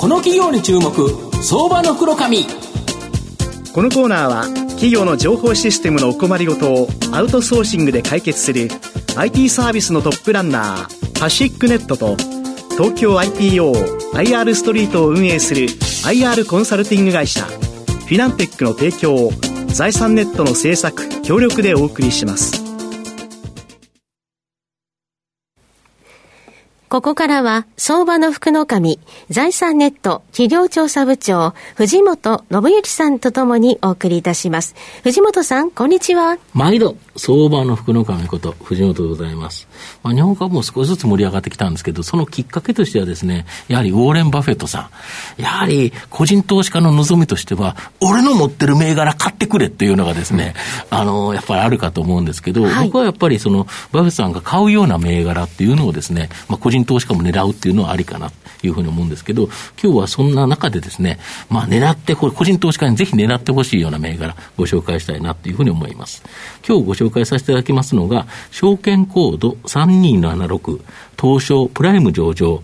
この企業に注目、相場の袋紙。 このコーナーは企業の情報システムのお困りごとをアウトソーシングで解決する IT サービスのトップランナーパシックネットと、東京 IPO、IR ストリートを運営する IR コンサルティング会社フィナンテックの提供を財産ネットの制作協力でお送りします。 ここからは相場の福の神、財産ネット企業調査部長藤本信之さんとともにお送りいたします。藤本さん、こんにちは。 毎度相場の福の神こと藤本でございます。日本株も少しずつ盛り上がってきたんですけど、そのきっかけとしてはですね、やはりウォーレン・バフェットさん、やはり個人投資家の望みとしては俺の持ってる銘柄買ってくれっていうのがですね、やっぱりあるかと思うんですけど、はい、僕はやっぱりそのバフェットさんが買うような銘柄っていうのをですね、個人投資家も狙うっていうのはありかなというふうに思うんですけど、今日はそんな中でですね、狙って個人投資家にぜひ狙ってほしいような銘柄ご紹介したいなというふうに思います。今日ご紹介させていただきますのが、証券コード3276東証プライム上場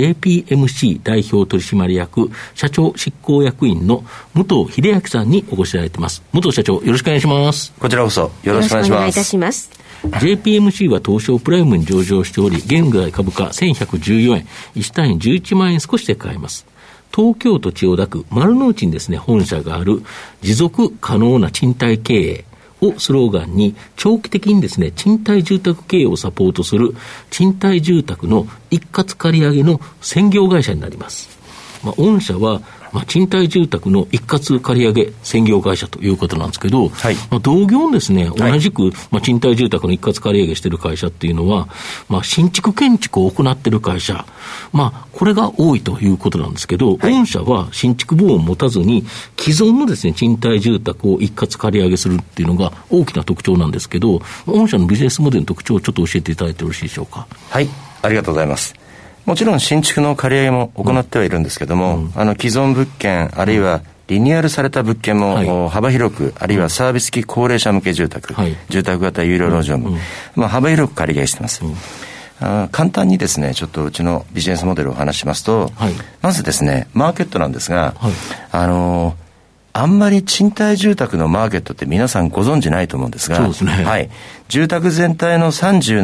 JPMC 代表取締役社長執行役員の武藤秀明さんにお越しいただいています。武藤社長、よろしくお願いします。 こちらこそよろしくお願いします。よろしくお願いいたします。 JPMC は東証プライムに上場しており、現在株価1114円、1単位11万円少しで買えます。東京都千代田区丸の内にですね、本社がある持続可能な賃貸経営をスローガンに、長期的にですね、賃貸住宅経営をサポートする賃貸住宅の一括借り上げの専業会社になります。御社は賃貸住宅の一括借り上げ専業会社ということなんですけど、はい、同業のですね、同じく賃貸住宅の一括借り上げしている会社っていうのは、新築建築を行っている会社、これが多いということなんですけど、はい、御社は新築部を持たずに既存のですね、賃貸住宅を一括借り上げするっていうのが大きな特徴なんですけど、御社のビジネスモデルの特徴をちょっと教えていただいてよろしいでしょうか。 はい、ありがとうございます。もちろん新築の借り上げも行ってはいるんですけども、既存物件あるいはリニューアルされた物件も幅広く、あるいはサービス付き高齢者向け住宅、住宅型有料路上も、幅広く借り上げしてます。簡単にですね、ちょっとうちのビジネスモデルをお話ししますと、まずですね、マーケットなんですが、あんまり賃貸住宅のマーケットって皆さんご存知ないと思うんですが、 そうですね、 はい、住宅全体の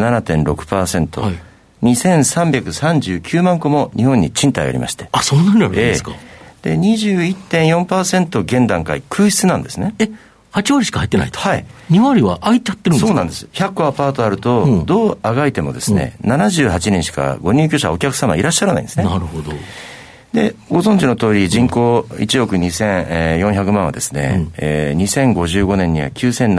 37.6%、2339万戸も日本に賃貸ありまして。 そんなにあるんですか。 で 21.4% 現段階空室なんですね。 8割しか入ってないと。 はい。 2割は空いちゃってるんですか。 そうなんです。100個アパートあると、どうあがいてもですね、78人しかご入居者お客様いらっしゃらないんですね。 なるほど。 でご存知の通り人口1億2400万はですね、2055年には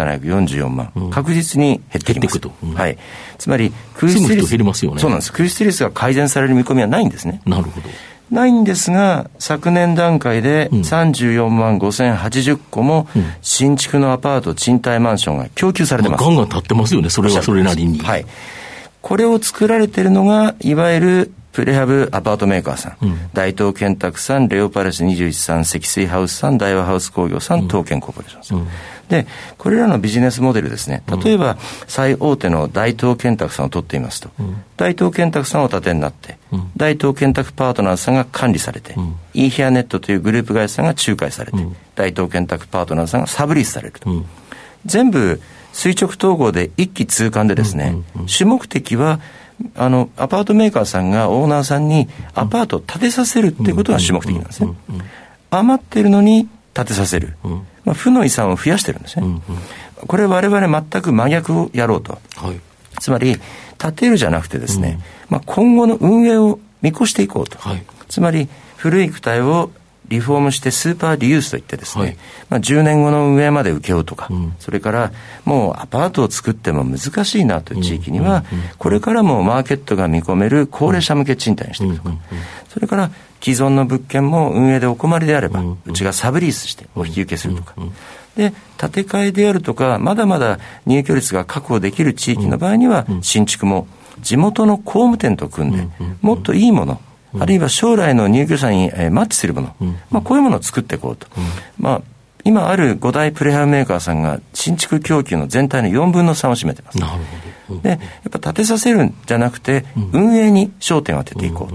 9744万、確実に減ってきます。はい。つまり空室率、 減りますよね。 そうなんです。空室率が改善される見込みはないんですね。 なるほど。 ないんですが、昨年段階で34万5080戸も新築のアパート賃貸マンションが供給されてます。 ガンガン建ってますよね。それはそれなりに。 はい。これを作られているのがいわゆるプレハブアパートメーカーさん、大東建託さん、レオパレス21さん、積水ハウスさん、大和ハウス工業さん、東建コーポレーションさん、でこれらのビジネスモデルですね、例えば最大手の大東建託さんを取っていますと、大東建託さんをお立てになって、大東建託パートナーさんが管理されて、イーヘアネットというグループ会社さんが仲介されて、大東建託パートナーさんがサブリースされると、全部垂直統合で一気通貫でですね、主目的はアパートメーカーさんがオーナーさんにアパートを建てさせるっていうことが主目的なんですね。余ってるのに建てさせる、負の遺産を増やしてるんですね。これ我々全く真逆をやろうと、つまり建てるじゃなくてですね、今後の運営を見越していこうと、つまり古い区体をリフォームしてスーパーリユースといってですね、10年後の運営まで請け負うとか、それからもうアパートを作っても難しいなという地域には、これからもマーケットが見込める高齢者向け賃貸にしていくとか、それから既存の物件も運営でお困りであれば、うちがサブリースしてお引き受けするとか、で建て替えであるとか、まだまだ入居率が確保できる地域の場合には、新築も地元の工務店と組んで、もっといいもの、あるいは将来の入居者にマッチするもの、こういうものを作っていこうと、今ある5大プレハブメーカーさんが新築供給の全体の4分の3を占めてます。なるほど。でやっぱ建てさせるんじゃなくて、運営に焦点を当てていこうと、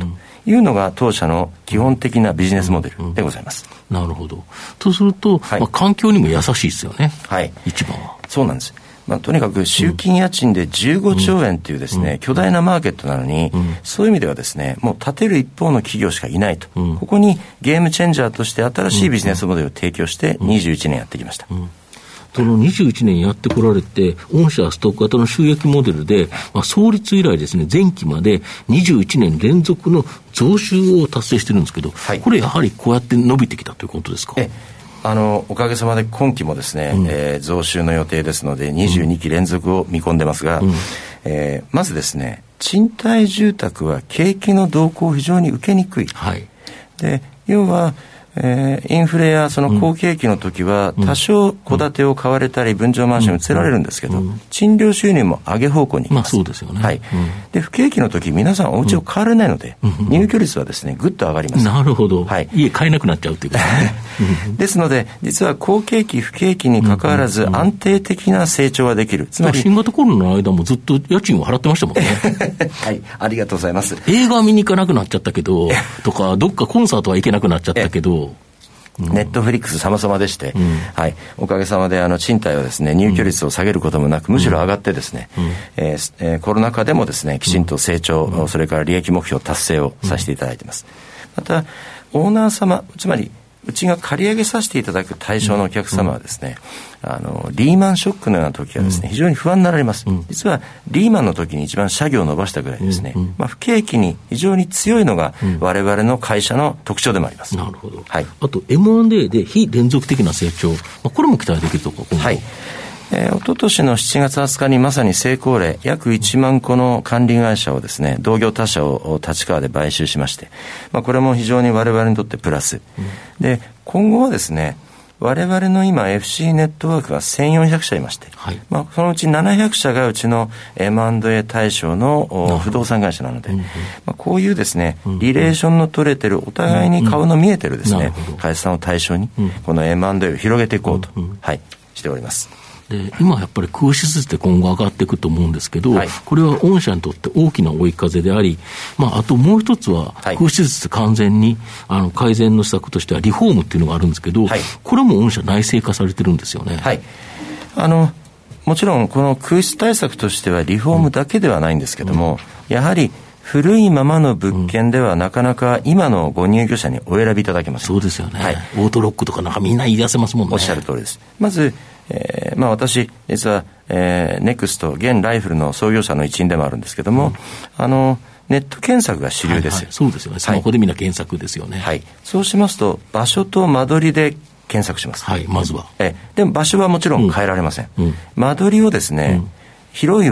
いうのが当社の基本的なビジネスモデルでございます。 なるほど。とすると、環境にも優しいですよね。 はい。 一番は。 そうなんです。とにかく集金家賃で15兆円というですね、巨大なマーケットなのに、そういう意味ではですね、もう立てる一方の企業しかいないと。ここにゲームチェンジャーとして新しいビジネスモデルを提供して21年やってきました。 その21年やってこられて、御社はストック型の収益モデルで、創立以来ですね、前期まで21年連続の増収を達成してるんですけど、これやはりこうやって伸びてきたということですか？ おかげさまで今期もですね、増収の予定ですので22期連続を見込んでますが、まずですね、賃貸住宅は景気の動向を非常に受けにくい。で、要はインフレやその好景気の時は多少戸建てを買われたり分譲マンションに移られるんですけど、賃料収入も上げ方向に行きます。 そうですよね。 で、不景気の時皆さんお家を買われないので、入居率はですねぐっと上がります。 なるほど。家買えなくなっちゃうということね。 ですので実は好景気不景気にかかわらず安定的な成長ができる。つまり新型コロナの間もずっと家賃を払ってましたもんね。 はい、ありがとうございます。 映画見に行かなくなっちゃったけどとか、どっかコンサートは行けなくなっちゃったけど、 ネットフリックス様々でして、おかげさまで賃貸はですね入居率を下げることもなく、むしろ上がってですね、コロナ禍でもですねきちんと成長、それから利益目標達成をさせていただいています。またオーナー様、つまりうちが借り上げさせていただく対象のお客様はですね、リーマンショックのような時はですね、非常に不安になられます。実はリーマンの時に一番社業を伸ばしたぐらいですね、不景気に非常に強いのが我々の会社の特徴でもあります。 なるほど。あと M&A で非連続的な成長、これも期待できるとか。 おととしの7月20日にまさに成功例約1万個の管理会社をですね、同業他社を立川で買収しまして、これも非常に我々にとってプラス、で今後はですね、我々の今 FC ネットワークが1400社いまして、そのうち700社がうちの M&A 対象の不動産会社なので、こういうですね、リレーションの取れてる、お互いに顔の見えてるですね、会社さんを対象にこの M&A を広げていこうと、しております。 で今やっぱり空室率って今後上がっていくと思うんですけど、これは御社にとって大きな追い風であり、あともう一つは空室率完全に改善の施策としてはリフォームっていうのがあるんですけど、これも御社内製化されてるんですよね。 もちろんこの空室対策としてはリフォームだけではないんですけども、やはり古いままの物件ではなかなか今のご入居者にお選びいただけません。 そうですよね。オートロックとかなんかみんな言い出せますもんね。 おっしゃる通りです。まず私実は、ネクスト現ライフルの創業者の一員でもあるんですけども、ネット検索が主流ですよ。 そうですよね。スマホでみんな検索ですよね。 そうしますと場所と間取りで検索します。 まずはでも場所はもちろん変えられません。間取りをですね、広い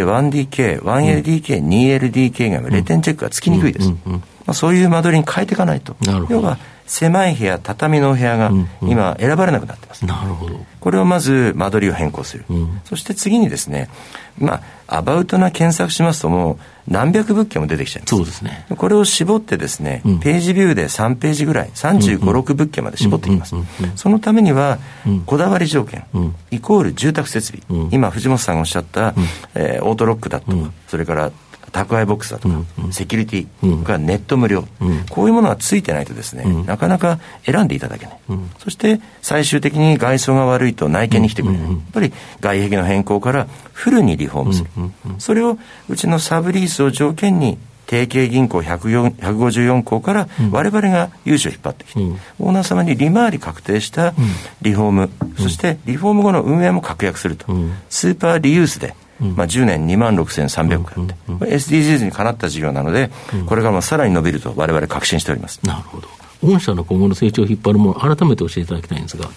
1K、1DK、1LDK、2LDK がレテンチェックがつきにくいです。そういう間取りに変えていかないと。要は狭い部屋、畳のお部屋が今選ばれなくなってます。 なるほど。 これをまず間取りを変更する。そして次にですね、アバウトな検索しますともう何百物件も出てきちゃいます。 そうですね。 これを絞ってですね、ページビューで3ページぐらい、35、6物件まで絞っていきます。そのためには、こだわり条件、イコール住宅設備。今、藤本さんがおっしゃった、オートロックだとか、それから宅配ボックスだとか、セキュリティがネット無料、こういうものがついてないとですね、なかなか選んでいただけない。そして最終的に外装が悪いと内見に来てくれない。やっぱり外壁の変更からフルにリフォームする。それをうちのサブリースを条件に提携銀行154行から我々が融資を引っ張ってきて、オーナー様に利回り確定したリフォーム、そしてリフォーム後の運営も確約すると、スーパーリユースで10年26,300億やって、SDGs にかなった事業なので、これからもさらに伸びると我々確信しております。 なるほど。御社の今後の成長を引っ張るもの、改めて教えていただきたいんですが。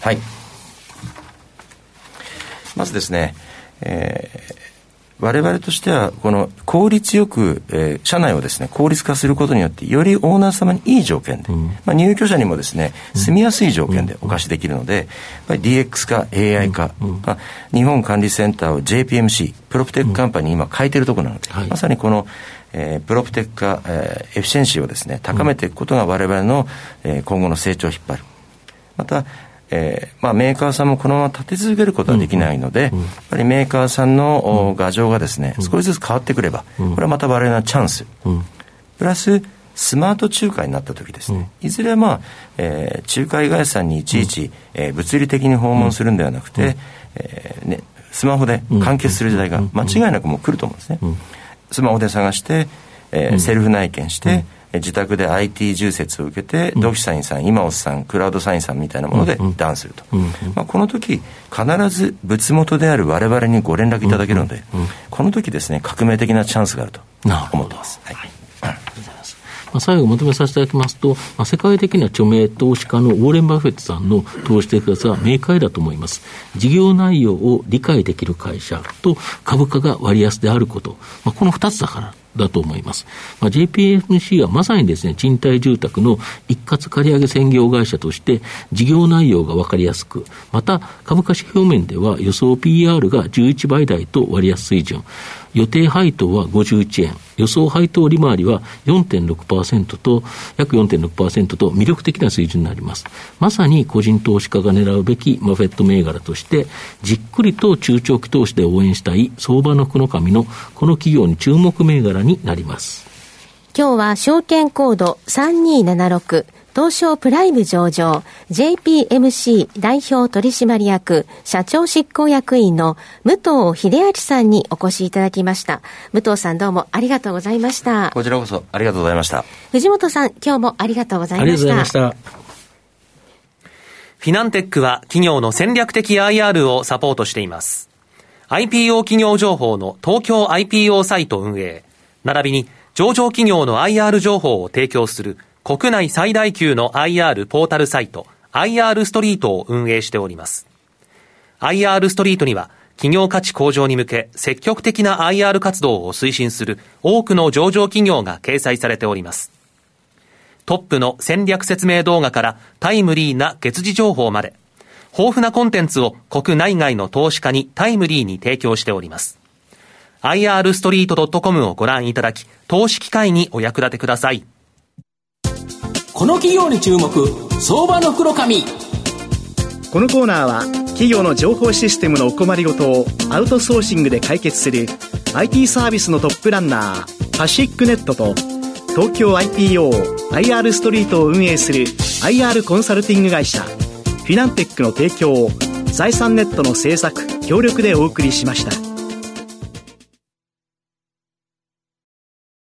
まずですね、我々としてはこの効率よく、社内をですね効率化することによってよりオーナー様にいい条件で、入居者にもですね住みやすい条件でお貸しできるので、やっぱり DX 化 AI 化、日本管理センターを JPMC プロプテックカンパニーに今変えているところなので、まさにこのプロプテック化、エフィシェンシーをですね高めていくことが我々の、今後の成長を引っ張る。またメーカーさんもこのまま立て続けることはできないので、やっぱりメーカーさんの牙城がですね少しずつ変わってくれば、これはまた我々のチャンス、プラススマート仲介になった時ですね、いずれは仲介会社さんにいちいち、物理的に訪問するんではなくて、スマホで完結する時代が間違いなくもう来ると思うんですね。スマホで探して、セルフ内見して、自宅で IT 重説を受けて、ドキサインさん、イマオスさん、クラウドサインさんみたいなものでダウンすると、この時必ず物元である我々にご連絡いただけるので、この時ですね、革命的なチャンスがあると思っています。はい、ありがとうございます。 最後まとめさせていただきますと、世界的な著名投資家のウォーレン・バフェットさんの投資哲学は明快だと思います。事業内容を理解できる会社と株価が割安であること、この2つだからだと思います。JPMC はまさにですね、賃貸住宅の一括借り上げ専業会社として事業内容が分かりやすく、また株価指標面では予想 PR が11倍台と割安水準、予定配当は51円、予想配当利回りは 4.6% と約 4.6% と魅力的な水準になります。まさに個人投資家が狙うべきバフェット銘柄として、じっくりと中長期投資で応援したい相場の福の神のこの企業に注目銘柄になります。 今日は証券コード3276東証プライム上場 JPMC 代表取締役社長執行役員の武藤秀明さんにお越しいただきました。武藤さん、どうもありがとうございました。 こちらこそありがとうございました。 藤本さん、今日もありがとうございました。 ありがとうございました。 フィナンテックは企業の戦略的 IR をサポートしています。IPO 企業情報の東京 IPO サイト運営、並びに上場企業の IR 情報を提供する国内最大級の IR ポータルサイト IR ストリートを運営しております。IR ストリートには企業価値向上に向け積極的な IR 活動を推進する多くの上場企業が掲載されております。トップの戦略説明動画からタイムリーな月次情報まで、豊富なコンテンツを国内外の投資家にタイムリーに提供しております。IR ストリート .com をご覧いただき、投資機会にお役立てください。 この企業に注目、相場の福の神。 このコーナーは企業の情報システムのお困りごとをアウトソーシングで解決する IT サービスのトップランナーパシックネットと東京 IPO、IR ストリートを運営する IR コンサルティング会社フィナンテックの提供を財産ネットの制作協力でお送りしました。